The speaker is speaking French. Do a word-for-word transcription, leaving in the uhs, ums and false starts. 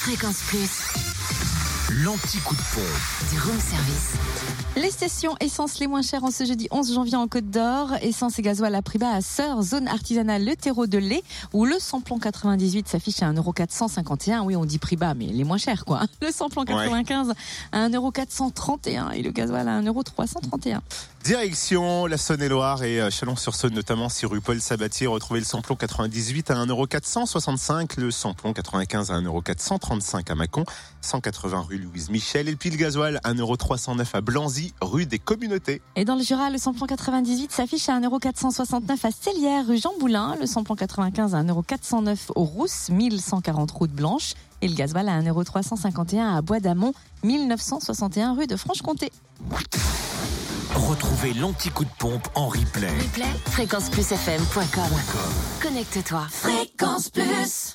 Fréquence Plus. L'anti-coup de pompe du room service. Les stations essence les moins chères en ce jeudi onze janvier en Côte d'Or. Essence et gasoil à prix bas à Sœur, zone artisanale Le Terreau de Lay, où le samplon quatre-vingt-dix-huit s'affiche à un euro quatre cent cinquante et un. Oui, on dit prix bas, mais les moins chers, quoi. Le samplon quatre-vingt-quinze à un euro quatre cent trente et un et le gasoil à un euro trois cent trente et un. Direction la Saône-et-Loire et Chalon-sur-Saône, notamment si rue Paul Sabatier. Retrouvez le samplon quatre-vingt-dix-huit à un euro quatre cent soixante-cinq, le samplon quatre-vingt-quinze à un euro quatre cent trente-cinq à Mâcon, cent quatre-vingts rue Louise Michel, et puis le gasoil un euro trois cent neuf à Blanzy, rue des Communautés. Et dans le Jura, le samplon quatre-vingt-dix-huit s'affiche à un euro quatre cent soixante-neuf à Célière, rue Jean Boulin, le samplon quatre-vingt-quinze à un euro quatre cent neuf aux Rousses, mille cent quarante route Blanche, et le gasoil à un euro trois cent cinquante et un à Bois d'Amont, mille neuf cent soixante et un rue de Franche-Comté. Retrouvez l'anti-coup de pompe en replay. Replay, fréquence plus f m point com. Connecte-toi. Fréquence Plus.